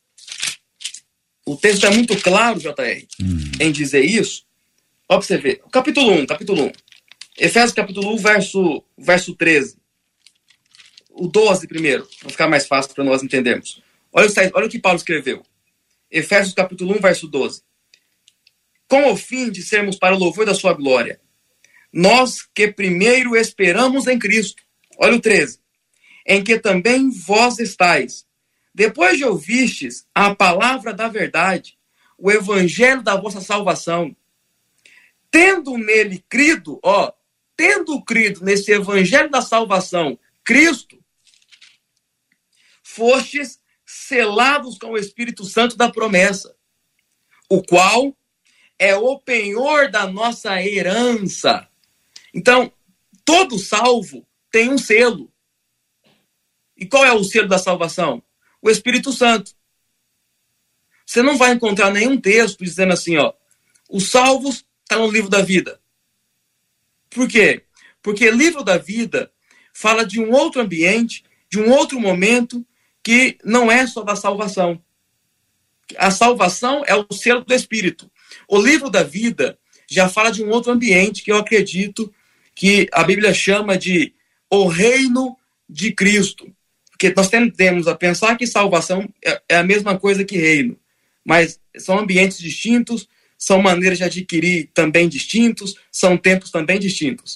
o texto é muito claro, JR, em dizer isso. Ó, pra você ver. Capítulo 1. Efésios capítulo 1, verso 13. O 12 primeiro, para ficar mais fácil para nós entendermos. Olha o que Paulo escreveu. Efésios capítulo 1, verso 12. Com o fim de sermos para o louvor da sua glória, nós que primeiro esperamos em Cristo. Olha o 13. Em que também vós estáis, depois de ouvistes a palavra da verdade, o evangelho da vossa salvação, tendo nele crido, tendo crido nesse evangelho da salvação, Cristo, fostes selados com o Espírito Santo da promessa, o qual é o penhor da nossa herança. Então, todo salvo tem um selo. E qual é o selo da salvação? O Espírito Santo. Você não vai encontrar nenhum texto dizendo assim, os salvos estão no livro da vida. Por quê? Porque livro da vida fala de um outro ambiente, de um outro momento, que não é só da salvação. A salvação é o selo do Espírito. O livro da vida já fala de um outro ambiente que eu acredito que a Bíblia chama de o reino de Cristo. Porque nós tendemos a pensar que salvação é a mesma coisa que reino. Mas são ambientes distintos, são maneiras de adquirir também distintos, são tempos também distintos.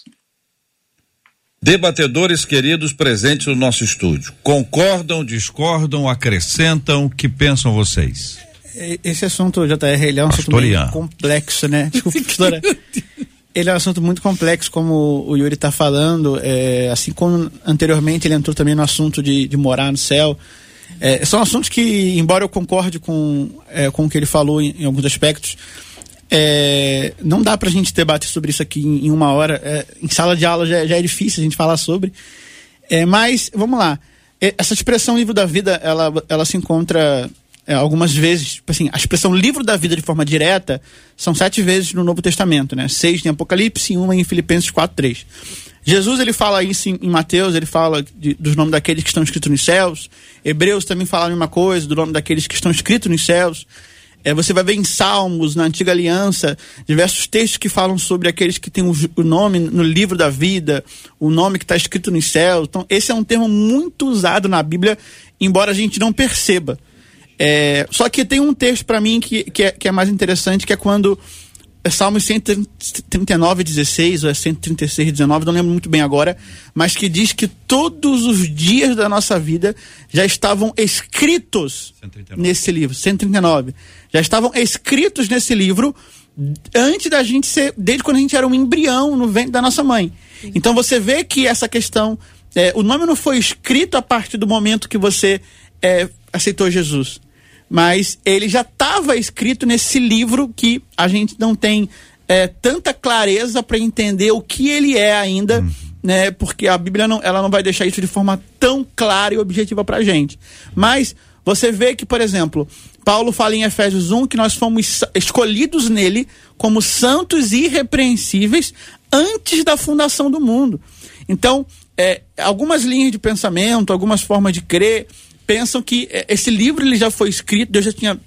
Debatedores queridos presentes no nosso estúdio, concordam, discordam, acrescentam, o que pensam vocês? Esse assunto, JR, ele é um assunto muito complexo, né? Desculpa, pastora. Ele é um assunto muito complexo, como o Yuri está falando, assim como anteriormente ele entrou também no assunto de morar no céu. São assuntos que, embora eu concorde com o que ele falou em alguns aspectos, não dá pra gente debater sobre isso aqui em uma hora. Em sala de aula já é difícil a gente falar sobre. Mas, vamos lá. Essa expressão livro da vida, ela se encontra algumas vezes, tipo assim, a expressão livro da vida de forma direta são 7 vezes no Novo Testamento, né? 6 em Apocalipse e 1 em Filipenses 4:3. Jesus, ele fala isso em Mateus, ele fala dos nomes daqueles que estão escritos nos céus. Hebreus também fala a mesma coisa, do nome daqueles que estão escritos nos céus. Você vai ver em Salmos, na Antiga Aliança, diversos textos que falam sobre aqueles que têm o nome no livro da vida, o nome que está escrito nos céus. Então, esse é um termo muito usado na Bíblia, embora a gente não perceba. Só que tem um texto para mim que é mais interessante, que é quando Salmos 139:16 ou 136:19, não lembro muito bem agora, mas que diz que todos os dias da nossa vida já estavam escritos 139. Nesse livro, 139. Já estavam escritos nesse livro antes da gente ser, desde quando a gente era um embrião no ventre da nossa mãe. Então você vê que essa questão o nome não foi escrito a partir do momento que você aceitou Jesus, mas ele já estava escrito nesse livro que a gente não tem tanta clareza para entender o que ele é ainda, né? Porque a Bíblia ela não vai deixar isso de forma tão clara e objetiva para a gente. Mas você vê que, por exemplo, Paulo fala em Efésios 1 que nós fomos escolhidos nele como santos e irrepreensíveis antes da fundação do mundo. Então, algumas linhas de pensamento, algumas formas de crer, pensam que esse livro ele já foi escrito, Deus já tinha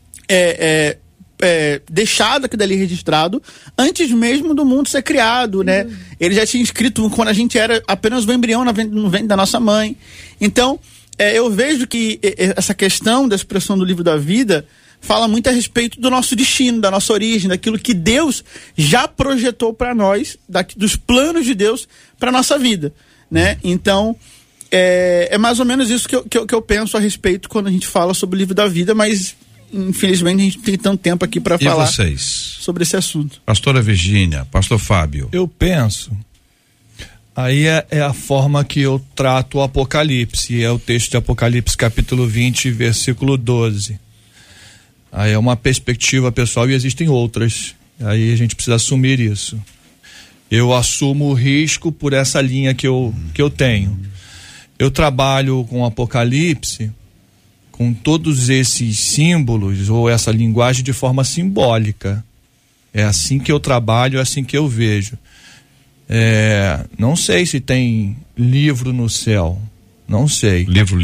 deixado aquilo ali registrado antes mesmo do mundo ser criado, né? Ele já tinha escrito quando a gente era apenas um embrião no ventre da nossa mãe. Então, eu vejo que essa questão da expressão do livro da vida fala muito a respeito do nosso destino, da nossa origem, daquilo que Deus já projetou para nós, dos planos de Deus para nossa vida, né? Então, é mais ou menos isso que eu penso a respeito quando a gente fala sobre o livro da vida, mas infelizmente a gente não tem tanto tempo aqui para falar sobre esse assunto. Pastora Virgínia, pastor Fábio. Eu penso, aí é a forma que eu trato o Apocalipse, é o texto de Apocalipse capítulo 20, versículo 12. Aí é uma perspectiva pessoal e existem outras, aí a gente precisa assumir isso. Eu assumo o risco por essa linha que eu tenho. Eu trabalho com o Apocalipse, com todos esses símbolos ou essa linguagem de forma simbólica. É assim que eu trabalho, é assim que eu vejo. Não sei se tem livro no céu, não sei. Livro.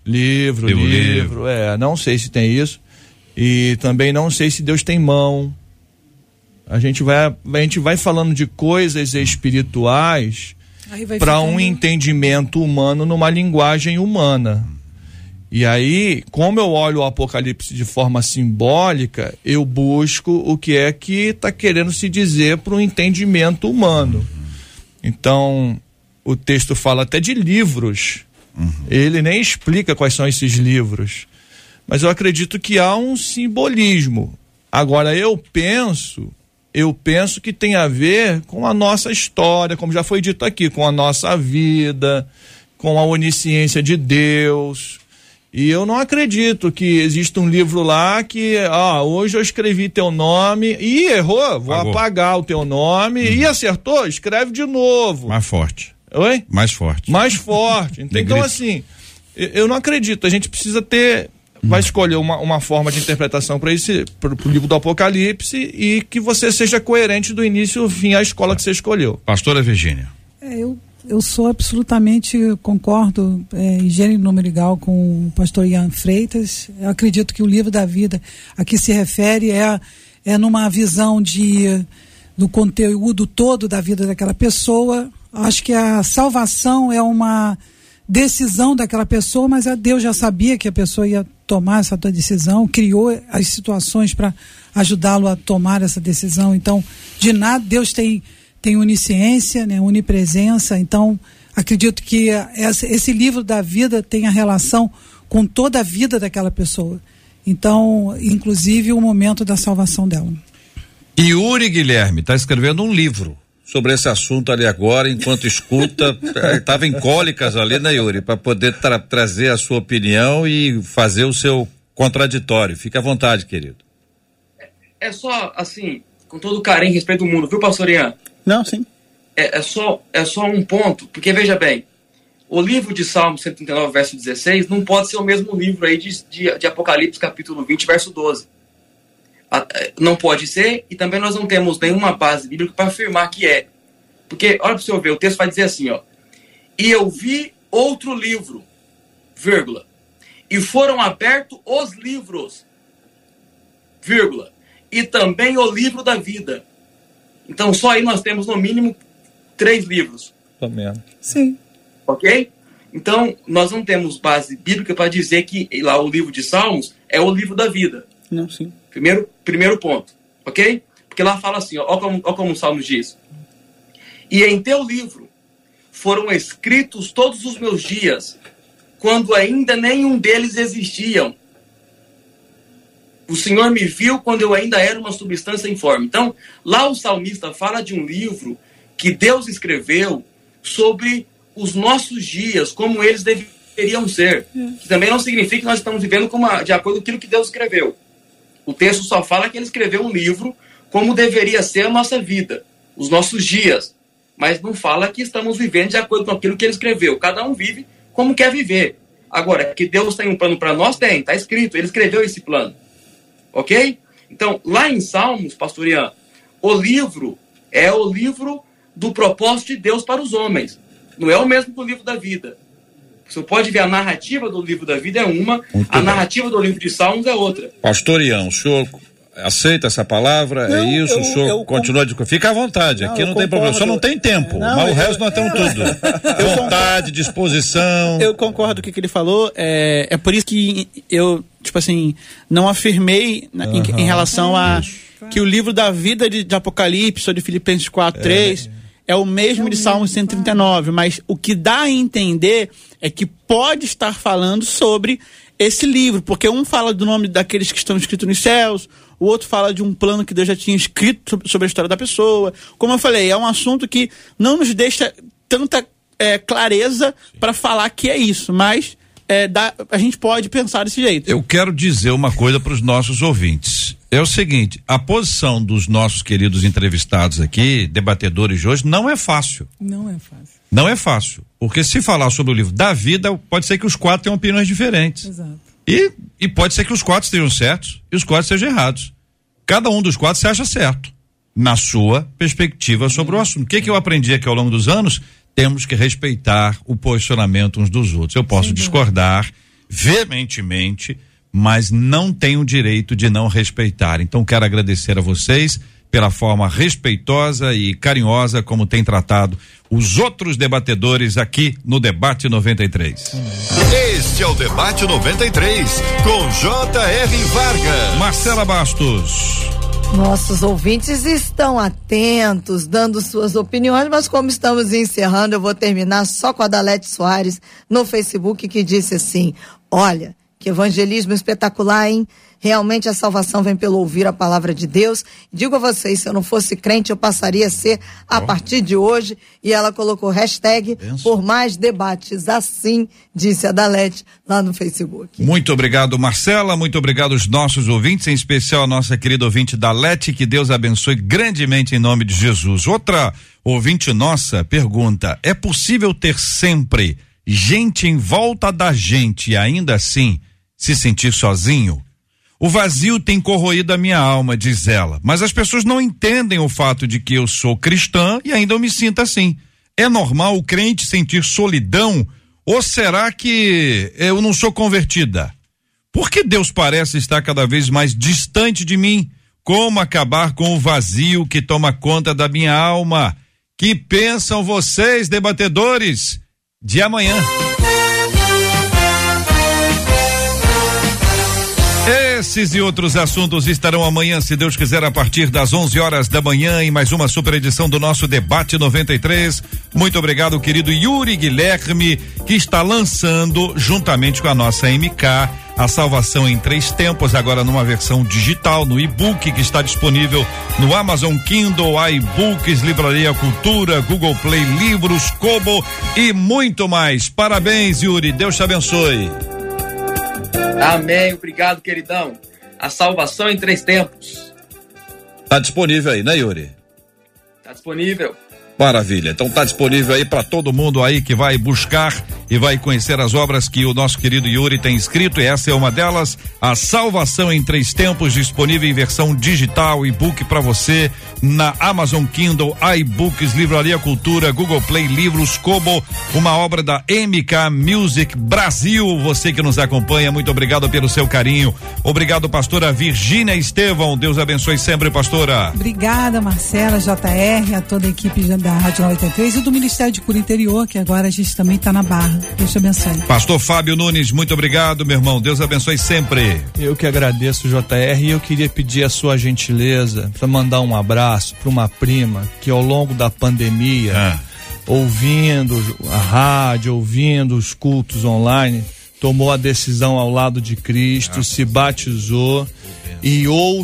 Não sei se tem isso. E também não sei se Deus tem mão. A gente vai falando de coisas espirituais para um entendimento humano numa linguagem humana. E aí, como eu olho o Apocalipse de forma simbólica, eu busco o que é que está querendo se dizer para o entendimento humano. Então, o texto fala até de livros. Ele nem explica quais são esses livros. Mas eu acredito que há um simbolismo. Agora, eu penso que tem a ver com a nossa história, como já foi dito aqui, com a nossa vida, com a onisciência de Deus. E eu não acredito que exista um livro lá que, hoje eu escrevi teu nome, e errou, vou apagar o teu nome, e acertou, escreve de novo. Mais forte. Oi? Mais forte. Então, assim, eu não acredito, a gente precisa vai escolher uma forma de interpretação para o livro do Apocalipse e que você seja coerente do início ao fim à escola que você escolheu. Pastora Virgínia. Eu sou absolutamente, concordo em gênero e número igual com o pastor Ian Freitas. Eu acredito que o livro da vida a que se refere é numa visão do conteúdo todo da vida daquela pessoa. Acho que a salvação é uma decisão daquela pessoa, mas Deus já sabia que a pessoa ia tomar essa decisão, criou as situações para ajudá-lo a tomar essa decisão. Então, de nada, Deus tem onisciência, né, onipresença. Então, acredito que esse livro da vida tem a relação com toda a vida daquela pessoa. Então, inclusive o momento da salvação dela. Yuri Guilherme está escrevendo um livro sobre esse assunto ali agora, enquanto escuta, estava em cólicas ali, né, Yuri, para poder trazer a sua opinião e fazer o seu contraditório. Fique à vontade, querido. É só, assim, com todo o carinho e respeito do mundo, viu, pastor Ian? Não, sim. É só um ponto, porque veja bem, o livro de Salmo 139, verso 16, não pode ser o mesmo livro aí de Apocalipse, capítulo 20, verso 12. Não pode ser, e também nós não temos nenhuma base bíblica para afirmar que é. Porque, olha para o senhor ver, o texto vai dizer assim, e eu vi outro livro, vírgula, e foram abertos os livros, vírgula, e também o livro da vida. Então, só aí nós temos, no mínimo, 3 livros. Sim. Ok? Então, nós não temos base bíblica para dizer que lá o livro de Salmos é o livro da vida. Não, sim. Primeiro ponto. Ok? Porque lá fala assim, ó como o Salmos diz. E em teu livro foram escritos todos os meus dias, quando ainda nenhum deles existiam. O Senhor me viu quando eu ainda era uma substância informe. Então, lá o salmista fala de um livro que Deus escreveu sobre os nossos dias como eles deveriam ser. Que também não significa que nós estamos vivendo de acordo com aquilo que Deus escreveu. O texto só fala que ele escreveu um livro como deveria ser a nossa vida, os nossos dias. Mas não fala que estamos vivendo de acordo com aquilo que ele escreveu. Cada um vive como quer viver. Agora, que Deus tem um plano para nós, está escrito, ele escreveu esse plano. Ok? Então, lá em Salmos, pastor Ian, o livro é o livro do propósito de Deus para os homens. Não é o mesmo que o livro da vida. Você pode ver a narrativa do livro da vida é uma, a narrativa do livro de Salmos é outra. Pastor Ian, o senhor aceita essa palavra? Não, é isso? O senhor continua de... Fica à vontade, aqui não tem problema. O senhor não tem tempo, mas o resto nós temos tudo. Vontade, disposição. Eu concordo com o que ele falou. É por isso que eu, tipo assim, não afirmei em relação a que o livro da vida de Apocalipse ou de Filipenses 4:3 é o mesmo de Salmos 139, mas o que dá a entender é que pode estar falando sobre esse livro, porque um fala do nome daqueles que estão escritos nos céus, o outro fala de um plano que Deus já tinha escrito sobre a história da pessoa. Como eu falei, é um assunto que não nos deixa tanta clareza para falar que é isso, mas a gente pode pensar desse jeito. Eu quero dizer uma coisa para os nossos ouvintes. É o seguinte, a posição dos nossos queridos entrevistados aqui, debatedores de hoje, não é fácil. Não é fácil. Não é fácil, porque se falar sobre o livro da vida, pode ser que os quatro tenham opiniões diferentes. Exato. E pode ser que os quatro estejam certos e os quatro estejam errados. Cada um dos quatro se acha certo, na sua perspectiva sobre o assunto. O que eu aprendi aqui ao longo dos anos? Temos que respeitar o posicionamento uns dos outros. Eu posso discordar veementemente, mas não tenho o direito de não respeitar. Então quero agradecer a vocês pela forma respeitosa e carinhosa como tem tratado os outros debatedores aqui no Debate 93. Este é o Debate 93 com J.R. Vargas. Marcela Bastos. Nossos ouvintes estão atentos, dando suas opiniões, mas como estamos encerrando, eu vou terminar só com a Dalete Soares no Facebook, que disse assim: olha, que evangelismo espetacular, hein? Realmente a salvação vem pelo ouvir a palavra de Deus. Digo a vocês, se eu não fosse crente, eu passaria a ser a partir de hoje. E ela colocou hashtag por mais debates. Assim, disse a Dalete lá no Facebook. Muito obrigado, Marcela. Muito obrigado aos nossos ouvintes, em especial a nossa querida ouvinte Dalete. Que Deus abençoe grandemente em nome de Jesus. Outra ouvinte nossa pergunta: é possível ter sempre gente em volta da gente e ainda assim se sentir sozinho? O vazio tem corroído a minha alma, diz ela, mas as pessoas não entendem o fato de que eu sou cristã e ainda eu me sinto assim. É normal o crente sentir solidão ou será que eu não sou convertida? Por que Deus parece estar cada vez mais distante de mim? Como acabar com o vazio que toma conta da minha alma? Que pensam vocês, debatedores de amanhã? Esses e outros assuntos estarão amanhã, se Deus quiser, a partir das 11 horas da manhã, em mais uma super edição do nosso Debate 93. Muito obrigado, querido Yuri Guilherme, que está lançando, juntamente com a nossa MK, a Salvação em 3 Tempos, agora numa versão digital, no e-book, que está disponível no Amazon Kindle, iBooks, Livraria Cultura, Google Play Livros, Kobo e muito mais. Parabéns, Yuri, Deus te abençoe. Amém, obrigado, queridão. A Salvação em 3 Tempos. Tá disponível aí, né, Yuri? Tá disponível. Maravilha, então tá disponível aí para todo mundo aí que vai buscar e vai conhecer as obras que o nosso querido Yuri tem escrito, e essa é uma delas, a Salvação em 3 Tempos, disponível em versão digital, e-book para você na Amazon Kindle, iBooks, Livraria Cultura, Google Play Livros, Kobo, uma obra da MK Music Brasil. Você que nos acompanha, muito obrigado pelo seu carinho. Obrigado, pastora Virgínia Estevão, Deus abençoe sempre, pastora. Obrigada, Marcela, JR, a toda a equipe da Rádio 93 e do Ministério de Cura Interior, que agora a gente também está na Barra. Deus te abençoe. Pastor Fábio Nunes, muito obrigado, meu irmão. Deus abençoe sempre. Eu que agradeço, JR, e eu queria pedir a sua gentileza para mandar um abraço para uma prima que ao longo da pandemia, ouvindo a rádio, ouvindo os cultos online, tomou a decisão ao lado de Cristo, se batizou e ouve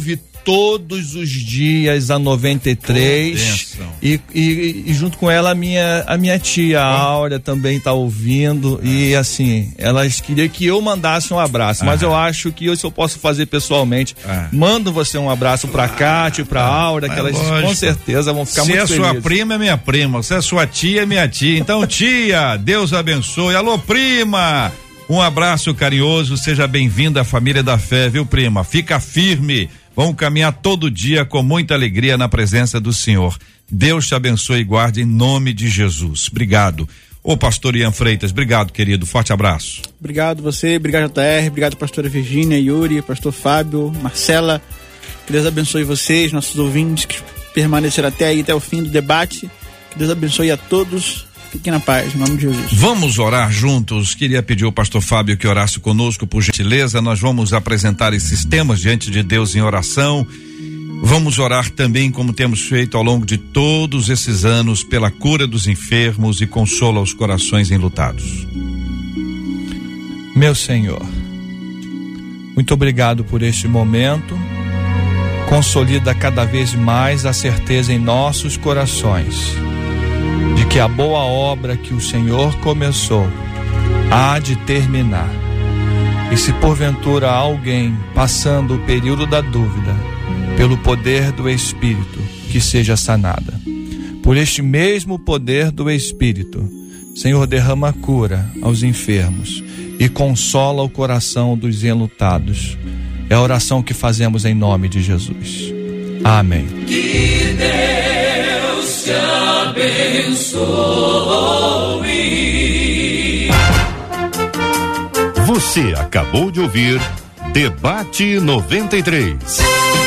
todos os dias a 93 e junto com ela a minha tia a Áurea também tá ouvindo e assim, elas queriam que eu mandasse um abraço, mas eu acho que isso eu posso fazer pessoalmente. Mando você um abraço pra Cátia, pra Áurea, que elas com certeza vão ficar muito felizes. Se é sua prima, é minha prima, se é sua tia, é minha tia. Então, tia, Deus abençoe. Alô, prima! Um abraço carinhoso, seja bem-vinda à família da fé, viu, prima? Fica firme, vamos caminhar todo dia com muita alegria na presença do Senhor. Deus te abençoe e guarde em nome de Jesus. Obrigado. Ô, pastor Ian Freitas, obrigado, querido, forte abraço. Obrigado você, obrigado JR, obrigado pastora Virgínia, Yuri, pastor Fábio, Marcela, que Deus abençoe vocês, nossos ouvintes que permaneceram até o fim do debate, que Deus abençoe a todos. Fiquem na paz, em nome de Jesus. Vamos orar juntos. Queria pedir ao pastor Fábio que orasse conosco, por gentileza. Nós vamos apresentar esses temas diante de Deus em oração. Vamos orar também, como temos feito ao longo de todos esses anos, pela cura dos enfermos e consola os corações enlutados. Meu Senhor, muito obrigado por este momento. Consolida cada vez mais a certeza em nossos corações de que a boa obra que o Senhor começou há de terminar. E se porventura alguém passando o período da dúvida, pelo poder do Espírito, que seja sanada. Por este mesmo poder do Espírito, Senhor, derrama cura aos enfermos e consola o coração dos enlutados. É a oração que fazemos em nome de Jesus. Amém. Que Deus te abençoe. Você acabou de ouvir Debate 93.